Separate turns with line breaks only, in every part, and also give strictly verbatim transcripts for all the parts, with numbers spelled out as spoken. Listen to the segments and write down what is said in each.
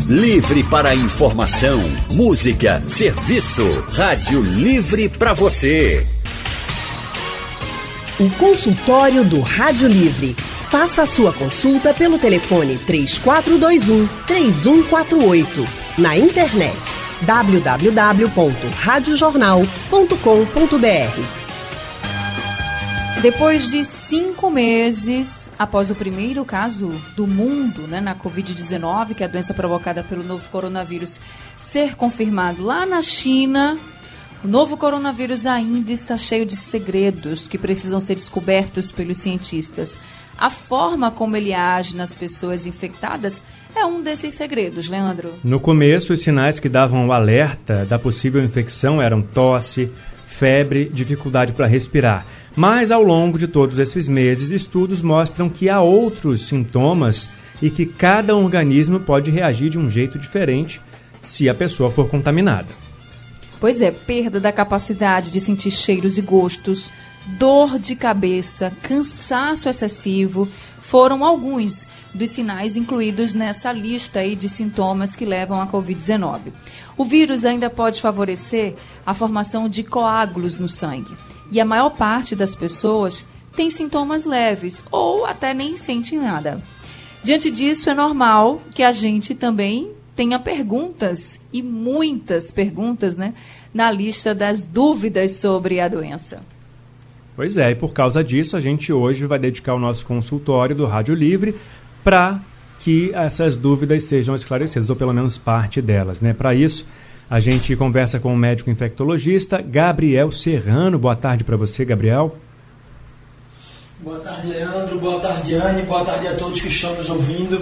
Livre para informação, música, serviço. Rádio Livre para você.
O consultório do Rádio Livre. Faça a sua consulta pelo telefone três quatro dois um, três um quatro oito. Na internet w w w ponto rádio jornal ponto com ponto b r.
Depois de cinco meses após o primeiro caso do mundo, né, na covid dezenove, que é a doença provocada pelo novo coronavírus, ser confirmado lá na China, o novo coronavírus ainda está cheio de segredos que precisam ser descobertos pelos cientistas. A forma como ele age nas pessoas infectadas é um desses segredos, Leandro.
No começo, os sinais que davam o alerta da possível infecção eram tosse, febre, dificuldade para respirar. Mas, ao longo de todos esses meses, estudos mostram que há outros sintomas e que cada organismo pode reagir de um jeito diferente se a pessoa for contaminada.
Pois é, perda da capacidade de sentir cheiros e gostos, dor de cabeça, cansaço excessivo, foram alguns dos sinais incluídos nessa lista aí de sintomas que levam à covid dezenove. O vírus ainda pode favorecer a formação de coágulos no sangue. E a maior parte das pessoas tem sintomas leves ou até nem sente nada. Diante disso, é normal que a gente também tenha perguntas, e muitas perguntas, né, na lista das dúvidas sobre a doença.
Pois é, e por causa disso, a gente hoje vai dedicar o nosso consultório do Rádio Livre para que essas dúvidas sejam esclarecidas, ou pelo menos parte delas, né? Para isso, a gente conversa com o médico infectologista Gabriel Serrano. Boa tarde para você, Gabriel.
Boa tarde, Leandro. Boa tarde, Anne. Boa tarde a todos que estão nos ouvindo.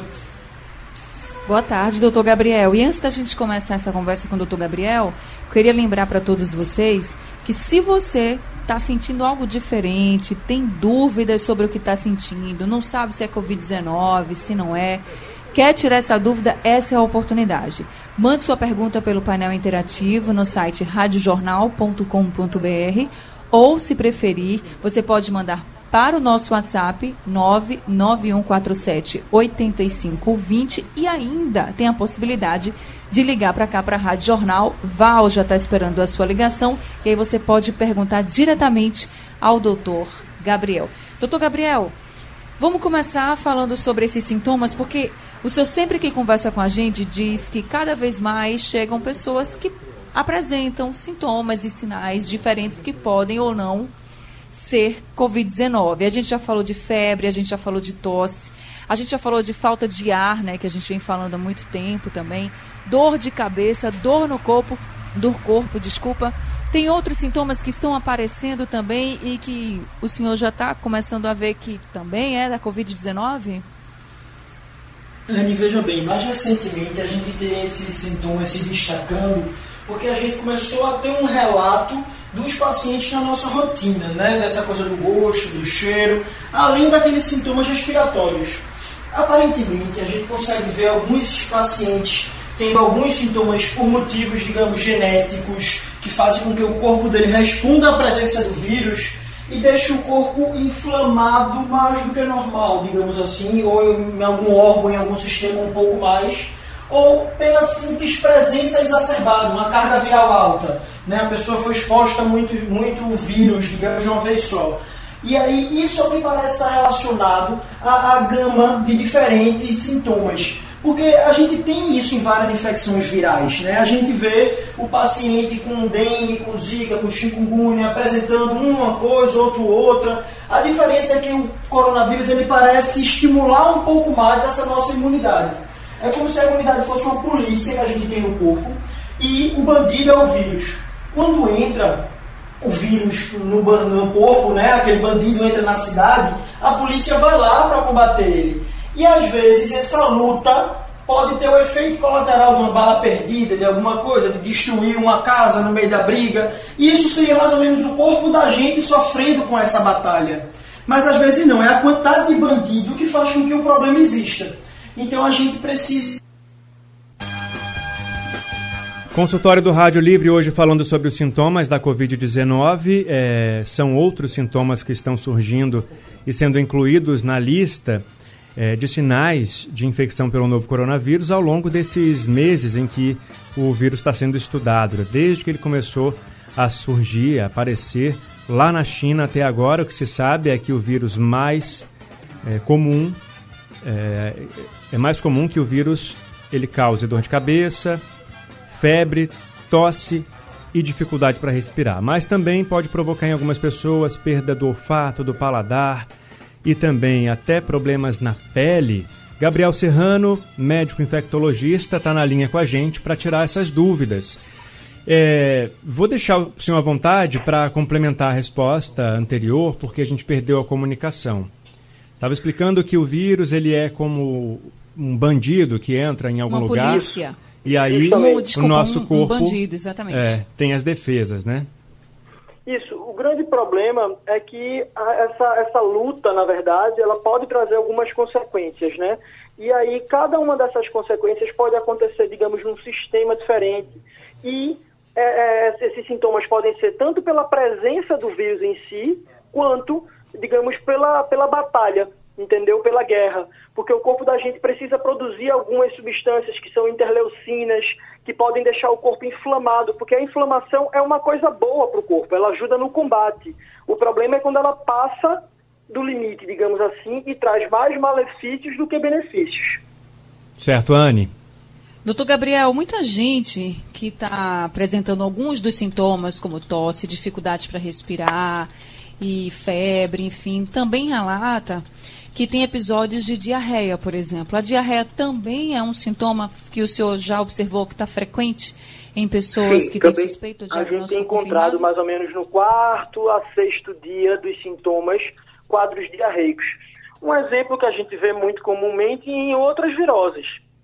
Boa tarde, doutor Gabriel. E antes da gente começar essa conversa com o doutor Gabriel, eu queria lembrar para todos vocês que se você está sentindo algo diferente, tem dúvidas sobre o que está sentindo, não sabe se é covid dezenove, se não é, quer tirar essa dúvida, essa é a oportunidade. Mande sua pergunta pelo painel interativo no site rádio jornal ponto com ponto b r ou, se preferir, você pode mandar para o nosso WhatsApp nove nove um quatro sete oito cinco dois zero e ainda tem a possibilidade de ligar para cá, para a Rádio Jornal. Val já está esperando a sua ligação e aí você pode perguntar diretamente ao doutor Gabriel. Doutor Gabriel, vamos começar falando sobre esses sintomas, porque o senhor sempre que conversa com a gente diz que cada vez mais chegam pessoas que apresentam sintomas e sinais diferentes que podem ou não ser covid dezenove. A gente já falou de febre, a gente já falou de tosse, a gente já falou de falta de ar, né, que a gente vem falando há muito tempo também, dor de cabeça, dor no corpo, do corpo, desculpa. Tem outros sintomas que estão aparecendo também e que o senhor já está começando a ver que também é da covid dezenove?
Anne, veja bem, mais recentemente a gente tem esses sintomas se destacando porque a gente começou a ter um relato dos pacientes na nossa rotina, né? Dessa coisa do gosto, do cheiro, além daqueles sintomas respiratórios. Aparentemente, a gente consegue ver alguns pacientes tendo alguns sintomas por motivos, digamos, genéticos, que fazem com que o corpo dele responda à presença do vírus e deixe o corpo inflamado mais do que normal, digamos assim, ou em algum órgão, em algum sistema um pouco mais, ou pela simples presença exacerbada, uma carga viral alta, né? A pessoa foi exposta a muito, muito vírus, digamos, de uma vez só. E aí isso é o que parece estar relacionado à, à gama de diferentes sintomas. Porque a gente tem isso em várias infecções virais, né? A gente vê o paciente com dengue, com zika, com chikungunya, apresentando uma coisa, outra, outra. A diferença é que o coronavírus ele parece estimular um pouco mais essa nossa imunidade. É como se a imunidade fosse uma polícia que a gente tem no corpo e o bandido é o vírus. Quando entra o vírus no, no corpo, né, aquele bandido entra na cidade, a polícia vai lá para combater ele. E às vezes essa luta pode ter o efeito colateral de uma bala perdida, de alguma coisa, de destruir uma casa no meio da briga. E isso seria mais ou menos o corpo da gente sofrendo com essa batalha. Mas às vezes não, é a quantidade de bandido que faz com que o problema exista. Então a gente precisa...
Consultório do Rádio Livre hoje falando sobre os sintomas da covid dezenove. É, são outros sintomas que estão surgindo e sendo incluídos na lista. é, de sinais de infecção pelo novo coronavírus ao longo desses meses em que o vírus está sendo estudado. Desde que ele começou a surgir, a aparecer lá na China até agora, o que se sabe é que o vírus mais é, comum, é, é mais comum que o vírus ele cause dor de cabeça, febre, tosse e dificuldade para respirar. Mas também pode provocar em algumas pessoas perda do olfato, do paladar e também até problemas na pele. Gabriel Serrano, médico infectologista, está na linha com a gente para tirar essas dúvidas. É, vou deixar o senhor à vontade para complementar a resposta anterior, porque a gente perdeu a comunicação. Estava explicando que o vírus ele é como um bandido que entra em algum
Uma
lugar.
polícia.
E aí
Um, desculpa,
o nosso
um,
corpo
um bandido, exatamente.
É, tem as defesas, né?
Isso. O grande problema é que a, essa, essa luta, na verdade, ela pode trazer algumas consequências, né? E aí cada uma dessas consequências pode acontecer, digamos, num sistema diferente. E É, é, esses sintomas podem ser tanto pela presença do vírus em si, quanto, digamos, pela, pela batalha, entendeu? Pela guerra. Porque o corpo da gente precisa produzir algumas substâncias que são interleucinas, que podem deixar o corpo inflamado, porque a inflamação é uma coisa boa para o corpo, ela ajuda no combate. O problema é quando ela passa do limite, digamos assim, e traz mais malefícios do que benefícios.
Certo, Anne?
Doutor Gabriel, muita gente que está apresentando alguns dos sintomas, como tosse, dificuldade para respirar e febre, enfim, também relata que tem episódios de diarreia, por exemplo. A diarreia também é um sintoma que o senhor já observou que está frequente em pessoas Sim, que têm suspeito de diagnóstico
confirmado? A gente tem encontrado confirmado? mais ou menos no quarto a sexto dia dos sintomas, quadros diarreicos. Um exemplo que a gente vê muito comumente em outras viroses.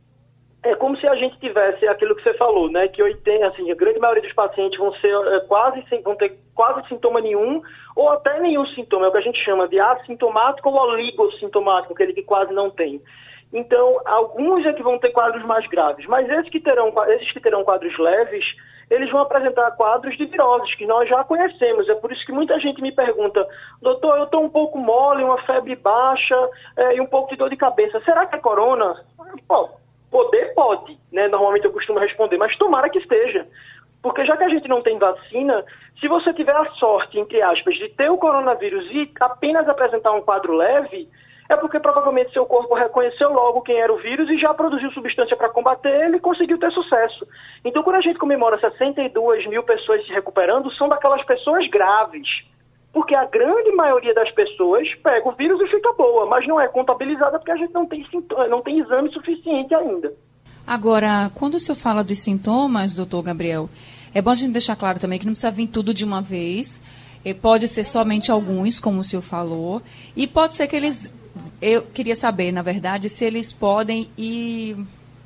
É como se a gente tivesse aquilo que você falou, né? Que oitenta, assim, a grande maioria dos pacientes vão ser é, quase vão ter quase sintoma nenhum ou até nenhum sintoma. É o que a gente chama de assintomático ou oligossintomático, aquele que quase não tem. Então, alguns é que vão ter quadros mais graves, mas esses que terão, esses que terão quadros leves, eles vão apresentar quadros de viroses, que nós já conhecemos. É por isso que muita gente me pergunta, doutor, eu estou um pouco mole, uma febre baixa é, e um pouco de dor de cabeça. Será que é corona? Pô, poder pode, né? Normalmente eu costumo responder, mas tomara que esteja. Porque já que a gente não tem vacina, se você tiver a sorte, entre aspas, de ter o coronavírus e apenas apresentar um quadro leve, é porque provavelmente seu corpo reconheceu logo quem era o vírus e já produziu substância para combater ele e conseguiu ter sucesso. Então, quando a gente comemora sessenta e duas mil pessoas se recuperando, são daquelas pessoas graves. Porque a grande maioria das pessoas pega o vírus e fica boa, mas não é contabilizada porque a gente não tem, não tem exame suficiente ainda.
Agora, quando o senhor fala dos sintomas, doutor Gabriel, é bom a gente deixar claro também que não precisa vir tudo de uma vez. Pode ser somente alguns, como o senhor falou. E pode ser que eles... Eu queria saber, na verdade, se eles podem ir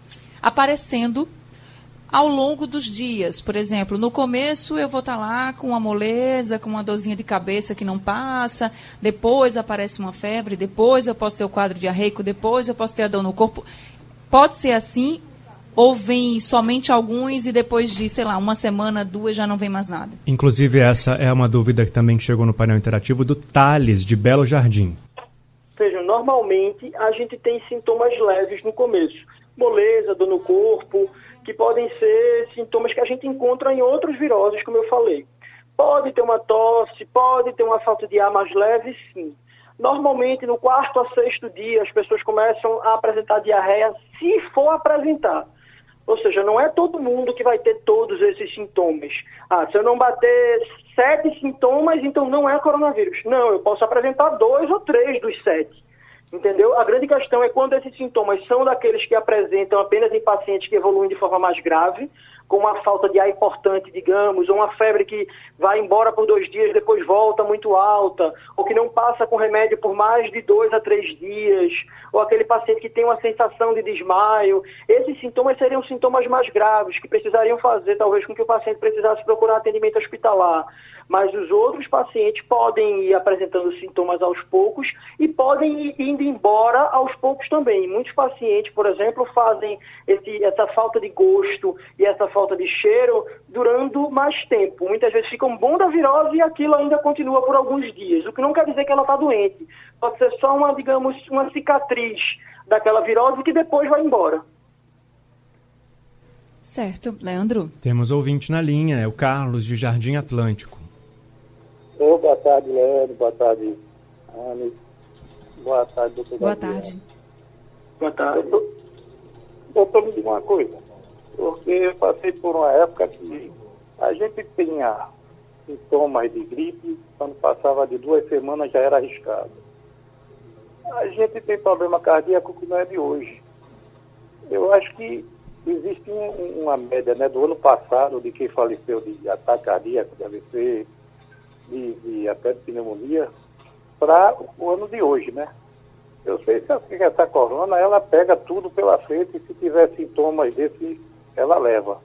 aparecendo ao longo dos dias. Por exemplo, no começo eu vou estar lá com uma moleza, com uma dorzinha de cabeça que não passa, depois aparece uma febre, depois eu posso ter o quadro diarreico, depois eu posso ter a dor no corpo. Pode ser assim, ou vem somente alguns e depois de, sei lá, uma semana, duas, já não vem mais nada? Inclusive essa é uma dúvida que também chegou no painel interativo do Thales, de Belo Jardim.
Vejam, normalmente a gente tem sintomas leves no começo. Moleza, dor no corpo, que podem ser sintomas que a gente encontra em outros viroses, como eu falei. Pode ter uma tosse, pode ter uma falta de ar mais leve, sim. Normalmente, no quarto a sexto dia, as pessoas começam a apresentar diarreia, se for apresentar. Ou seja, não é todo mundo que vai ter todos esses sintomas. Ah, se eu não bater sete sintomas, então não é coronavírus. Não, eu posso apresentar dois ou três dos sete. Entendeu? A grande questão é quando esses sintomas são daqueles que apresentam apenas em pacientes que evoluem de forma mais grave, com uma falta de ar importante, digamos, ou uma febre que vai embora por dois dias, depois volta muito alta, ou que não passa com remédio por mais de dois a três dias, ou aquele paciente que tem uma sensação de desmaio. Esses sintomas seriam sintomas mais graves, que precisariam fazer, talvez, com que o paciente precisasse procurar atendimento hospitalar. Mas os outros pacientes podem ir apresentando sintomas aos poucos e podem ir indo embora aos poucos também. Muitos pacientes, por exemplo, fazem esse, essa falta de gosto e essa falta falta de cheiro durando mais tempo. Muitas vezes ficam bom da virose e aquilo ainda continua por alguns dias, o que não quer dizer que ela está doente. Pode ser só uma, digamos, uma cicatriz daquela virose que depois vai embora.
Certo. Leandro?
Temos ouvinte na linha, é o Carlos, de Jardim Atlântico.
Oh, boa tarde, Leandro. Boa tarde, Anne. Boa tarde, doutor
Boa
Gabriel.
tarde.
Boa tarde.
Doutor, doutor, me diga uma coisa. Porque eu passei por uma época que a gente tinha sintomas de gripe, quando passava de duas semanas já era arriscado. A gente tem problema cardíaco que não é de hoje. Eu acho que existe um, uma média, né, do ano passado de quem faleceu de ataque cardíaco, de A V C, de, de até de pneumonia, para o ano de hoje, né? Eu sei que essa corona, ela pega tudo pela frente e se tiver sintomas desse, ela leva.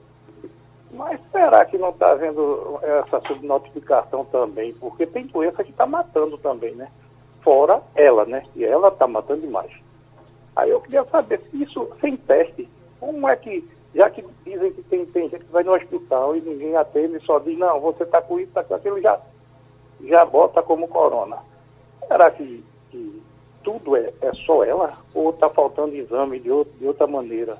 Mas será que não está havendo essa subnotificação também? Porque tem doença que está matando também, né? Fora ela, né? E ela está matando demais. Aí eu queria saber se isso, sem teste, como é que, já que dizem que tem, tem gente que vai no hospital e ninguém atende, só diz, não, você está com isso, está com aquilo, já, já bota como corona. Será que, que tudo é, é só ela? Ou está faltando exame de, outro, de outra maneira?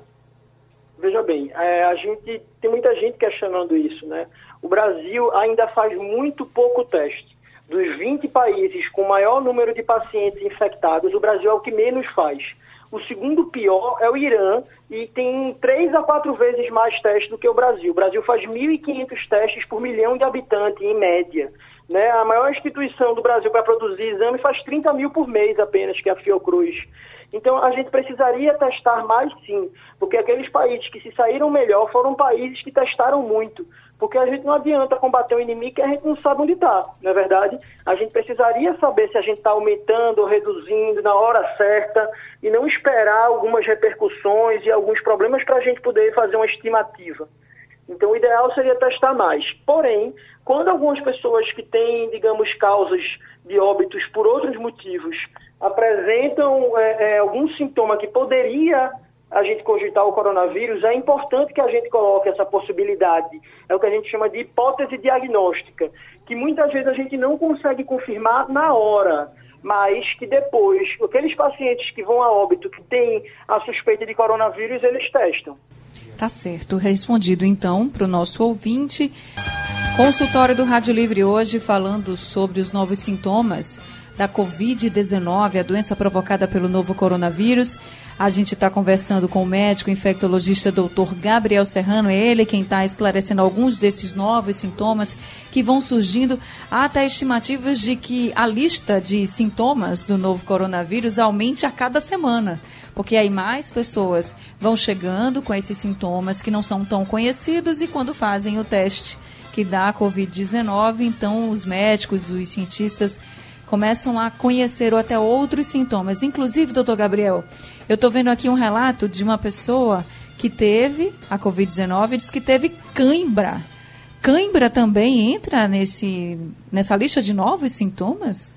Veja bem, é, a gente, tem muita gente questionando isso, né? O Brasil ainda faz muito pouco teste. Dos vinte países com maior número de pacientes infectados, o Brasil é o que menos faz. O segundo pior é o Irã e tem três a quatro vezes mais testes do que o Brasil. O Brasil faz mil e quinhentos testes por milhão de habitantes, em média. Né? A maior instituição do Brasil para produzir exame faz trinta mil por mês apenas, que é a Fiocruz. Então, a gente precisaria testar mais, sim, porque aqueles países que se saíram melhor foram países que testaram muito, porque a gente não adianta combater um inimigo que a gente não sabe onde está, não é verdade? A gente precisaria saber se a gente está aumentando ou reduzindo na hora certa e não esperar algumas repercussões e alguns problemas para a gente poder fazer uma estimativa. Então, o ideal seria testar mais. Porém, quando algumas pessoas que têm, digamos, causas de óbitos por outros motivos apresentam é, é, algum sintoma que poderia a gente cogitar o coronavírus, é importante que a gente coloque essa possibilidade. É o que a gente chama de hipótese diagnóstica, que muitas vezes a gente não consegue confirmar na hora, mas que depois, aqueles pacientes que vão a óbito, que têm a suspeita de coronavírus, eles testam.
Tá certo. Respondido, então, para o nosso ouvinte. Consultório do Rádio Livre hoje falando sobre os novos sintomas da covid dezenove, a doença provocada pelo novo coronavírus. A gente está conversando com o médico infectologista doutor Gabriel Serrano, é ele quem está esclarecendo alguns desses novos sintomas que vão surgindo. Há até estimativas de que a lista de sintomas do novo coronavírus aumente a cada semana, porque aí mais pessoas vão chegando com esses sintomas que não são tão conhecidos e quando fazem o teste que dá a covid dezenove, então os médicos, os cientistas começam a conhecer ou até outros sintomas. Inclusive, doutor Gabriel, eu estou vendo aqui um relato de uma pessoa que teve a covid dezenove e disse que teve cãibra. Cãibra também entra nesse, nessa lista de novos sintomas?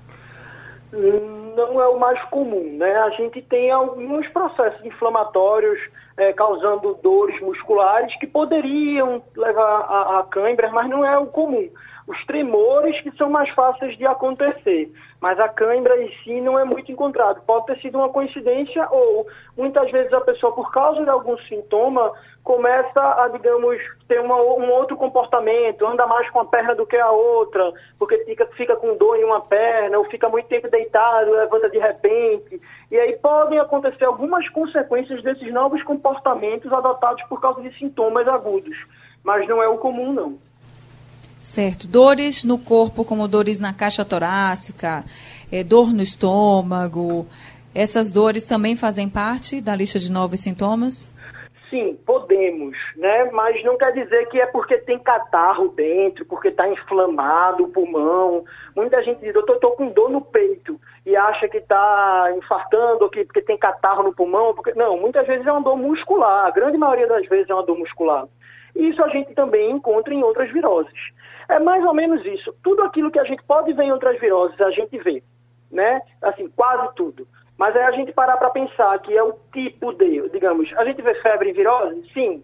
Não é o mais comum, né? A gente tem alguns processos inflamatórios é, causando dores musculares que poderiam levar a, a cãibra, mas não é o comum. Os tremores que são mais fáceis de acontecer, mas a cãibra em si não é muito encontrado. Pode ter sido uma coincidência ou, muitas vezes, a pessoa, por causa de algum sintoma, começa a, digamos, ter uma, um outro comportamento, anda mais com a perna do que a outra, porque fica, fica com dor em uma perna, ou fica muito tempo deitado, levanta de repente. E aí podem acontecer algumas consequências desses novos comportamentos adotados por causa de sintomas agudos, mas não é o comum, não.
Certo. Dores no corpo, como dores na caixa torácica, é, dor no estômago, essas dores também fazem parte da lista de novos sintomas?
Sim, podemos, né? Mas não quer dizer que é porque tem catarro dentro, porque está inflamado o pulmão. Muita gente diz, doutor, estou com dor no peito e acha que está infartando ou que porque tem catarro no pulmão. Porque... Não, muitas vezes é uma dor muscular, a grande maioria das vezes é uma dor muscular. E isso a gente também encontra em outras viroses. É mais ou menos isso. Tudo aquilo que a gente pode ver em outras viroses, a gente vê, né? Assim, quase tudo. Mas aí a gente parar para pensar que é o tipo de, digamos, a gente vê febre em virose? Sim.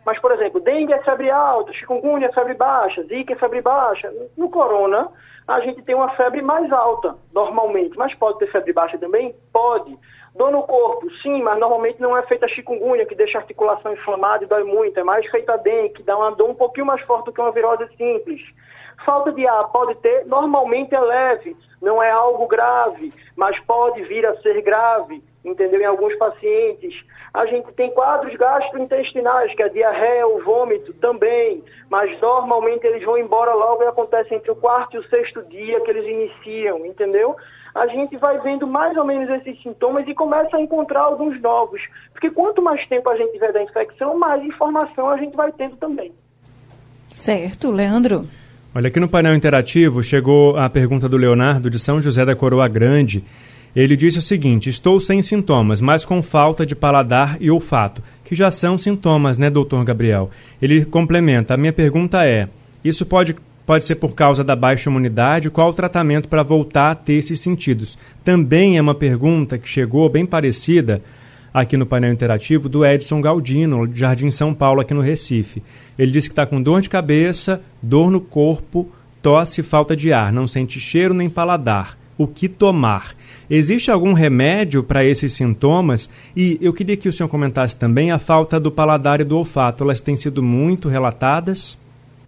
Mas, por exemplo, dengue é febre alta, chikungunya é febre baixa, zika é febre baixa. No corona, a gente tem uma febre mais alta, normalmente. Mas pode ter febre baixa também? Pode. Dor no corpo, sim, mas normalmente não é feita a chikungunya, que deixa a articulação inflamada e dói muito. É mais feita a dengue, que dá uma dor um pouquinho mais forte do que uma virose simples. Falta de ar pode ter, normalmente é leve, não é algo grave, mas pode vir a ser grave, entendeu? Em alguns pacientes. A gente tem quadros gastrointestinais, que é a diarreia, o vômito também, mas normalmente eles vão embora logo e acontece entre o quarto e o sexto dia que eles iniciam, entendeu? A gente vai vendo mais ou menos esses sintomas e começa a encontrar alguns novos, porque quanto mais tempo a gente tiver da infecção, mais informação a gente vai tendo também.
Certo, Leandro.
Olha, aqui no painel interativo chegou a pergunta do Leonardo de São José da Coroa Grande. Ele disse o seguinte: estou sem sintomas, mas com falta de paladar e olfato, que já são sintomas, né, doutor Gabriel? Ele complementa: a minha pergunta é, isso pode, pode ser por causa da baixa imunidade? Qual o tratamento para voltar a ter esses sentidos? Também é uma pergunta que chegou bem parecida aqui no painel interativo do Edson Galdino, de Jardim São Paulo, aqui no Recife. Ele disse que está com dor de cabeça, dor no corpo, tosse e falta de ar, não sente cheiro nem paladar. O que tomar? Existe algum remédio para esses sintomas? E eu queria que o senhor comentasse também a falta do paladar e do olfato. Elas têm sido muito relatadas?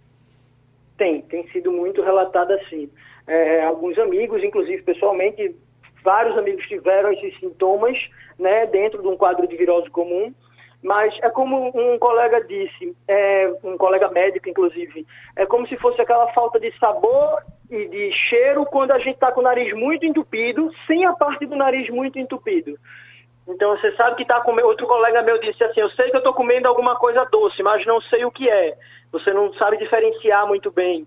Tem, tem sido muito relatada sim. É, alguns amigos, inclusive pessoalmente, vários amigos tiveram esses sintomas, né, dentro de um quadro de virose comum. Mas é como um colega disse, é, um colega médico, inclusive, é como se fosse aquela falta de sabor e de cheiro quando a gente está com o nariz muito entupido, sem a parte do nariz muito entupido. Então, você sabe que está comendo... Outro colega meu disse assim, eu sei que eu estou comendo alguma coisa doce, mas não sei o que é. Você não sabe diferenciar muito bem.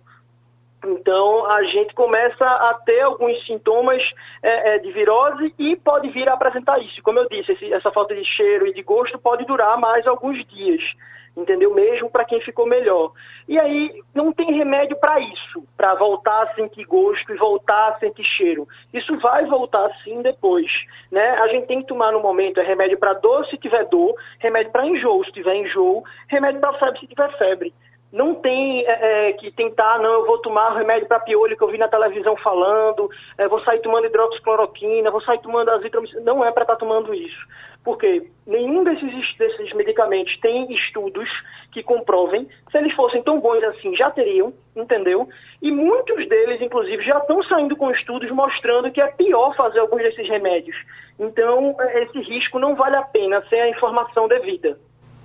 Então, a gente começa a ter alguns sintomas é, é, de virose e pode vir a apresentar isso. Como eu disse, esse, essa falta de cheiro e de gosto pode durar mais alguns dias, entendeu? Mesmo para quem ficou melhor. E aí, não tem remédio para isso, para voltar a sentir gosto e voltar a sentir cheiro. Isso vai voltar sim depois, né? A gente tem que tomar no momento é remédio para dor se tiver dor, remédio para enjoo se tiver enjoo, remédio para febre se tiver febre. Não tem é, que tentar, não, eu vou tomar remédio para piolho que eu vi na televisão falando, é, vou sair tomando hidroxicloroquina, vou sair tomando azitromicina. Não é para estar tomando isso. Porque nenhum desses, desses medicamentos tem estudos que comprovem. Se eles fossem tão bons assim, já teriam, entendeu? E muitos deles, inclusive, já estão saindo com estudos mostrando que é pior fazer alguns desses remédios. Então, esse risco não vale a pena sem a informação devida.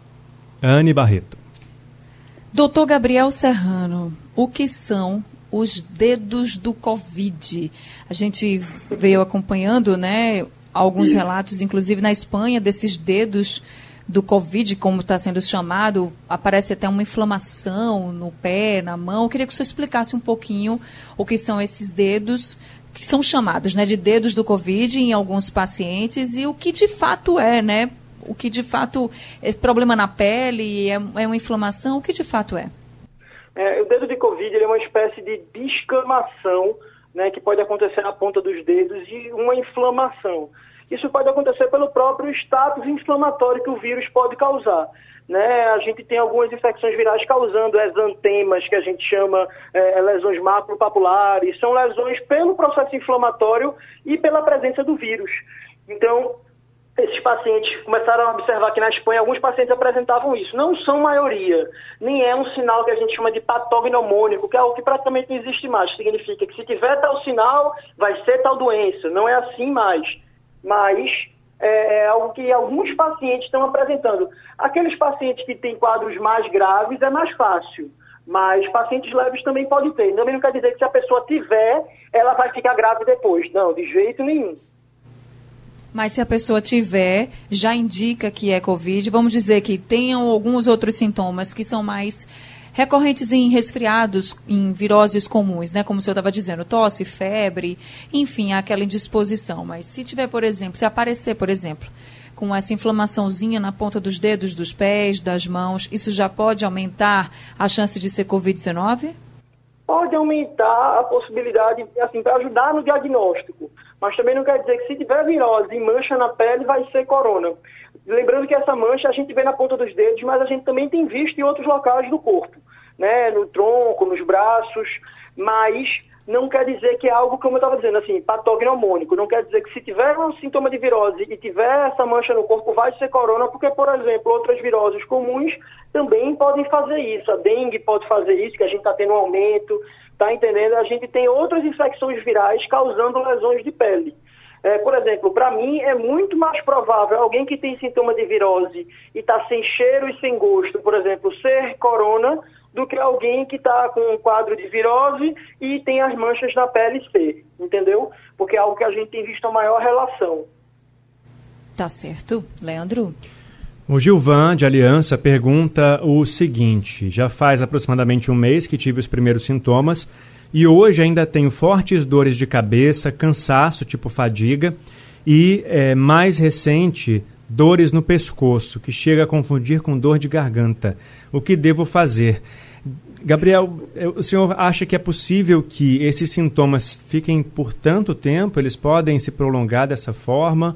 Anne Barreto.
Doutor Gabriel Serrano, o que são os dedos do Covid? A gente veio acompanhando, né, alguns relatos, inclusive na Espanha, desses dedos do Covid, como está sendo chamado. Aparece até uma inflamação no pé, na mão. Eu queria que o senhor explicasse um pouquinho o que são esses dedos, que são chamados, né, de dedos do Covid em alguns pacientes, e o que de fato é, né? O que de fato é problema na pele, é, é uma inflamação, o que de fato é?
É, o dedo de Covid ele é uma espécie de descamação, né, que pode acontecer na ponta dos dedos e uma inflamação. Isso pode acontecer pelo próprio status inflamatório que o vírus pode causar. Né? A gente tem algumas infecções virais causando exantemas, que a gente chama é, lesões macropapulares, são lesões pelo processo inflamatório e pela presença do vírus. Então, esses pacientes começaram a observar que na Espanha alguns pacientes apresentavam isso. Não são maioria, nem é um sinal que a gente chama de patognomônico, que é algo que praticamente não existe mais. Significa que se tiver tal sinal, vai ser tal doença. Não é assim mais. Mas é, é algo que alguns pacientes estão apresentando. Aqueles pacientes que têm quadros mais graves é mais fácil. Mas pacientes leves também pode ter. Também não quer dizer que se a pessoa tiver, ela vai ficar grave depois. Não, de jeito nenhum.
Mas se a pessoa tiver, já indica que é Covid. Vamos dizer que tenham alguns outros sintomas que são mais recorrentes em resfriados, em viroses comuns, né? Como o senhor estava dizendo, tosse, febre, enfim, aquela indisposição. Mas se tiver, por exemplo, se aparecer, por exemplo, com essa inflamaçãozinha na ponta dos dedos, dos pés, das mãos, isso já pode aumentar a chance de ser covid dezenove?
Pode aumentar a possibilidade, assim, para ajudar no diagnóstico. Mas também não quer dizer que se tiver virose e mancha na pele, vai ser corona. Lembrando que essa mancha a gente vê na ponta dos dedos, mas a gente também tem visto em outros locais do corpo, né? No tronco, nos braços, mas não quer dizer que é algo, como eu estava dizendo, assim, patognomônico. Não quer dizer que se tiver um sintoma de virose e tiver essa mancha no corpo, vai ser corona, porque, por exemplo, outras viroses comuns também podem fazer isso. A dengue pode fazer isso, que a gente está tendo um aumento, tá entendendo? A gente tem outras infecções virais causando lesões de pele. É, por exemplo, para mim é muito mais provável alguém que tem sintoma de virose e está sem cheiro e sem gosto, por exemplo, ser corona, do que alguém que está com um quadro de virose e tem as manchas na pele ser, entendeu? Porque é algo que a gente tem visto a maior relação.
Tá certo. Leandro?
O Gilvan, de Aliança, pergunta o seguinte: já faz aproximadamente um mês que tive os primeiros sintomas e hoje ainda tenho fortes dores de cabeça, cansaço, tipo fadiga, e, é, mais recente, dores no pescoço, que chega a confundir com dor de garganta. O que devo fazer? Gabriel, o senhor acha que é possível que esses sintomas fiquem por tanto tempo? Eles podem se prolongar dessa forma?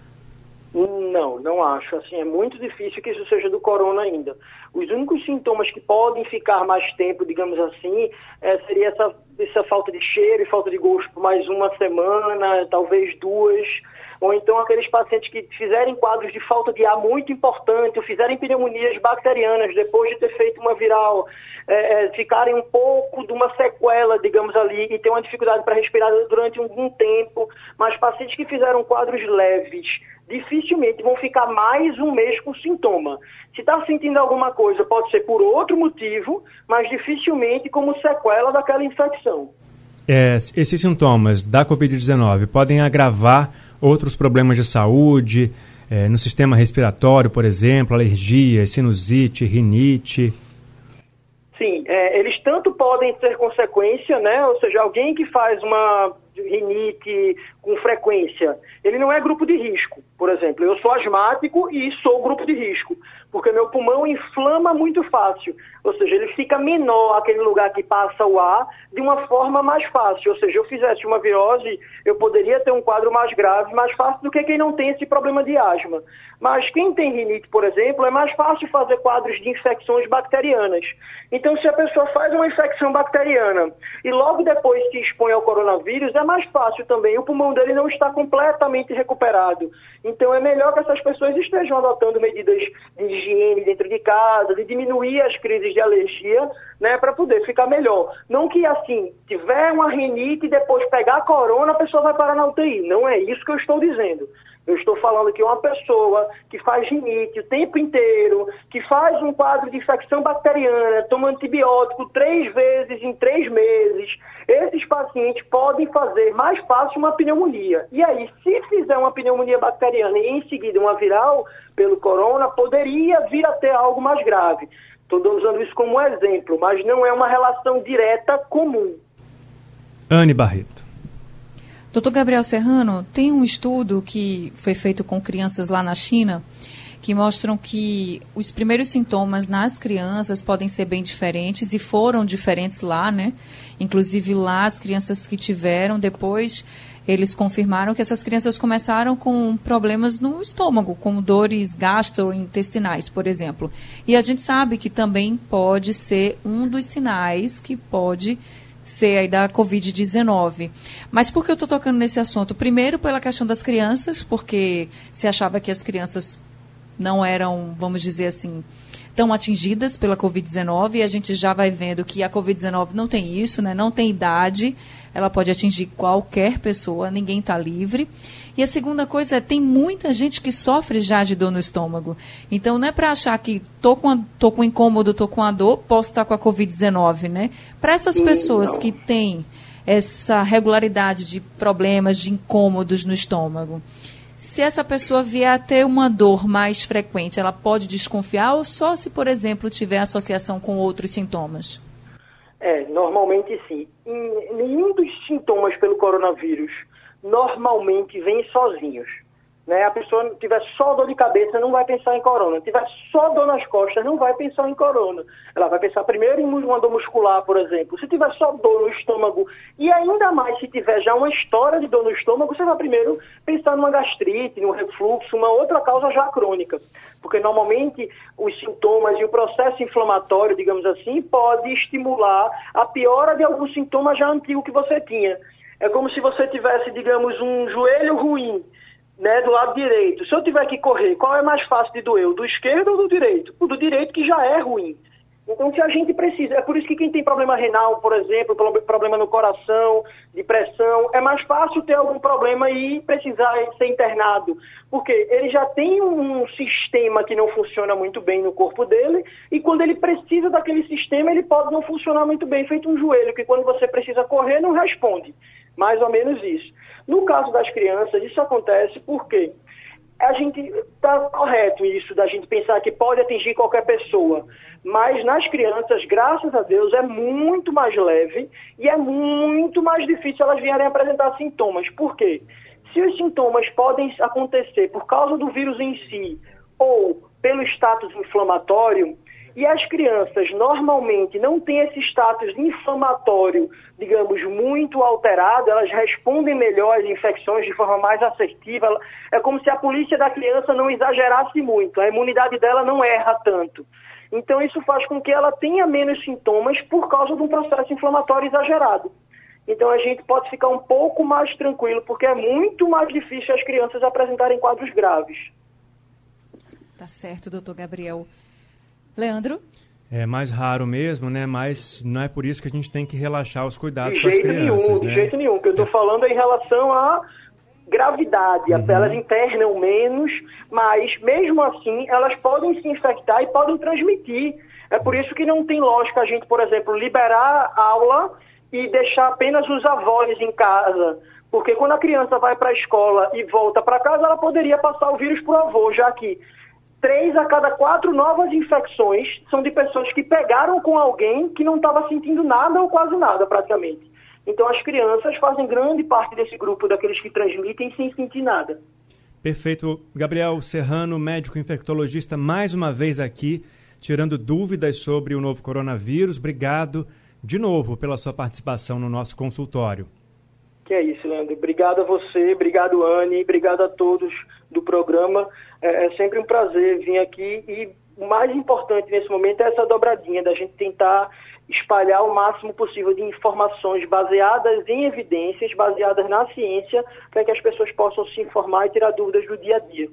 Não, não acho. Assim, é muito difícil que isso seja do corona ainda. Os únicos sintomas que podem ficar mais tempo, digamos assim, é, seria essa, essa falta de cheiro e falta de gosto por mais uma semana, talvez duas. Ou então aqueles pacientes que fizerem quadros de falta de ar muito importante, ou fizerem pneumonias bacterianas depois de ter feito uma viral, é, é, ficarem um pouco de uma sequela, digamos ali, e ter uma dificuldade para respirar durante algum tempo. Mas pacientes que fizeram quadros leves, dificilmente vão ficar mais um mês com sintoma. Se está sentindo alguma coisa, pode ser por outro motivo, mas dificilmente como sequela daquela infecção.
É, esses sintomas da covid dezenove podem agravar outros problemas de saúde, é, no sistema respiratório, por exemplo, alergia, sinusite, rinite?
Sim, é, eles tanto podem ter consequência, né? Ou seja, alguém que faz uma rinite com frequência, ele não é grupo de risco. Por exemplo, eu sou asmático e sou grupo de risco, porque meu pulmão inflama muito fácil. Ou seja, ele fica menor aquele lugar que passa o ar de uma forma mais fácil. Ou seja, eu fizesse uma virose, eu poderia ter um quadro mais grave, mais fácil do que quem não tem esse problema de asma. Mas quem tem rinite, por exemplo, é mais fácil fazer quadros de infecções bacterianas. Então, se a pessoa faz uma infecção bacteriana e logo depois se expõe ao coronavírus, é mais fácil também. O pulmão dele não está completamente recuperado. Então, é melhor que essas pessoas estejam adotando medidas de higiene dentro de casa, de diminuir as crises de alergia, né, para poder ficar melhor. Não que, assim, tiver uma rinite e depois pegar a corona, a pessoa vai parar na U T I. Não é isso que eu estou dizendo. Eu estou falando que uma pessoa que faz rinite o tempo inteiro, que faz um quadro de infecção bacteriana, toma antibiótico três vezes em três meses, esses pacientes podem fazer mais fácil uma pneumonia. E aí, se fizer uma pneumonia bacteriana e em seguida uma viral pelo corona, poderia vir a ter algo mais grave. Estou usando isso como exemplo, mas não é uma relação direta comum.
Anne Barreto.
doutor Gabriel Serrano, tem um estudo que foi feito com crianças lá na China que mostram que os primeiros sintomas nas crianças podem ser bem diferentes e foram diferentes lá, né? Inclusive lá as crianças que tiveram, depois eles confirmaram que essas crianças começaram com problemas no estômago, com dores gastrointestinais, por exemplo. E a gente sabe que também pode ser um dos sinais que pode ser aí da covid dezenove. Mas por que eu estou tocando nesse assunto? Primeiro, pela questão das crianças, porque se achava que as crianças não eram, vamos dizer assim, tão atingidas pela covid dezenove, e a gente já vai vendo que a covid dezenove não tem isso, né? Não tem idade, ela pode atingir qualquer pessoa, ninguém está livre. E a segunda coisa é, tem muita gente que sofre já de dor no estômago. Então, não é para achar que estou com, tô com incômodo, estou com a dor, posso estar com a covid dezenove, né? Para essas pessoas que têm essa regularidade de problemas, de incômodos no estômago, se essa pessoa vier a ter uma dor mais frequente, ela pode desconfiar ou só se, por exemplo, tiver associação com outros sintomas?
É, normalmente sim. Em nenhum dos sintomas pelo coronavírus normalmente vêm sozinhos. Né? A pessoa tiver só dor de cabeça, não vai pensar em corona. Se tiver só dor nas costas, não vai pensar em corona. Ela vai pensar primeiro em uma dor muscular, por exemplo. Se tiver só dor no estômago, e ainda mais se tiver já uma história de dor no estômago, você vai primeiro pensar numa gastrite, num refluxo, uma outra causa já crônica. Porque normalmente os sintomas e o processo inflamatório, digamos assim, pode estimular a piora de algum sintoma já antigo que você tinha. É como se você tivesse, digamos, um joelho ruim, né, do lado direito. Se eu tiver que correr, qual é mais fácil de doer? O do esquerdo ou do direito? O do direito, que já é ruim. Então, se a gente precisa... É por isso que quem tem problema renal, por exemplo, problema no coração, de pressão, é mais fácil ter algum problema e precisar ser internado. Porque ele já tem um sistema que não funciona muito bem no corpo dele, e quando ele precisa daquele sistema, ele pode não funcionar muito bem, feito um joelho, que quando você precisa correr, não responde. Mais ou menos isso. No caso das crianças, isso acontece porque a gente está correto isso, da gente pensar que pode atingir qualquer pessoa, mas nas crianças, graças a Deus, é muito mais leve e é muito mais difícil elas virem apresentar sintomas. Por quê? Se os sintomas podem acontecer por causa do vírus em si ou pelo status inflamatório, e as crianças normalmente não têm esse status inflamatório, digamos, muito alterado, elas respondem melhor às infecções de forma mais assertiva. É como se a polícia da criança não exagerasse muito, a imunidade dela não erra tanto. Então isso faz com que ela tenha menos sintomas por causa de um processo inflamatório exagerado. Então a gente pode ficar um pouco mais tranquilo, porque é muito mais difícil as crianças apresentarem quadros graves.
Tá certo, doutor Gabriel. Leandro?
É mais raro mesmo, né? Mas não é por isso que a gente tem que relaxar os cuidados
de
com as
jeito
crianças,
nenhum,
né?
De jeito nenhum. O que eu estou falando é em relação à gravidade. Uhum. Elas internam menos, mas mesmo assim elas podem se infectar e podem transmitir. É por isso que não tem lógica a gente, por exemplo, liberar aula e deixar apenas os avós em casa. Porque quando a criança vai para a escola e volta para casa, ela poderia passar o vírus para o avô, já que três a cada quatro novas infecções são de pessoas que pegaram com alguém que não estava sentindo nada ou quase nada, praticamente. Então, as crianças fazem grande parte desse grupo daqueles que transmitem sem sentir nada.
Perfeito. Gabriel Serrano, médico infectologista, mais uma vez aqui, tirando dúvidas sobre o novo coronavírus. Obrigado de novo pela sua participação no nosso consultório.
Que é isso, Leandro. Obrigado a você, obrigado, Anne, obrigado a todos do programa. É, é sempre um prazer vir aqui e o mais importante nesse momento é essa dobradinha, da gente tentar espalhar o máximo possível de informações baseadas em evidências, baseadas na ciência, para que as pessoas possam se informar e tirar dúvidas do dia a dia.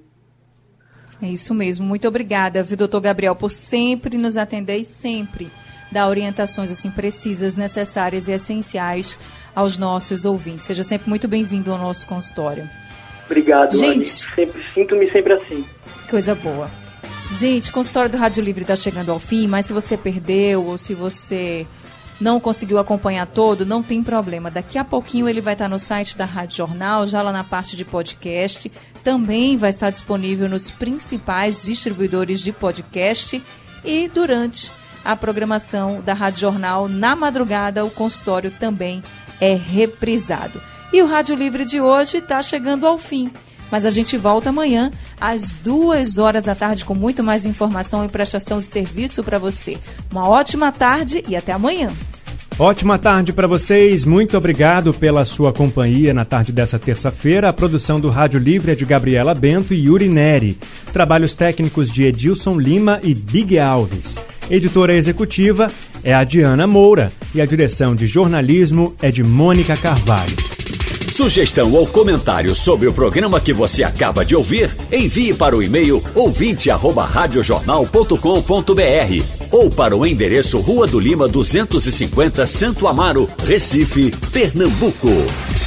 É isso mesmo. Muito obrigada, viu, doutor Gabriel, por sempre nos atender e sempre dar orientações assim precisas, necessárias e essenciais aos nossos ouvintes. Seja sempre muito bem-vindo ao nosso consultório.
Obrigado,
gente.
Anne. Sempre, sinto-me sempre assim.
Coisa boa. Gente, o consultório do Rádio Livre está chegando ao fim, mas se você perdeu ou se você não conseguiu acompanhar todo, não tem problema. Daqui a pouquinho ele vai estar no site da Rádio Jornal, já lá na parte de podcast. Também vai estar disponível nos principais distribuidores de podcast e durante a programação da Rádio Jornal, na madrugada, o consultório também é reprisado. E o Rádio Livre de hoje está chegando ao fim. Mas a gente volta amanhã, às duas horas da tarde, com muito mais informação e prestação de serviço para você. Uma ótima tarde e até amanhã.
Ótima tarde para vocês. Muito obrigado pela sua companhia na tarde dessa terça-feira. A produção do Rádio Livre é de Gabriela Bento e Yuri Neri. Trabalhos técnicos de Edilson Lima e Big Alves. Editora executiva é a Diana Moura e a direção de jornalismo é de Mônica Carvalho.
Sugestão ou comentário sobre o programa que você acaba de ouvir, envie para o e-mail ouvinte arroba radiojornal ponto com ponto br ou para o endereço Rua do Lima duzentos e cinquenta, Santo Amaro, Recife, Pernambuco.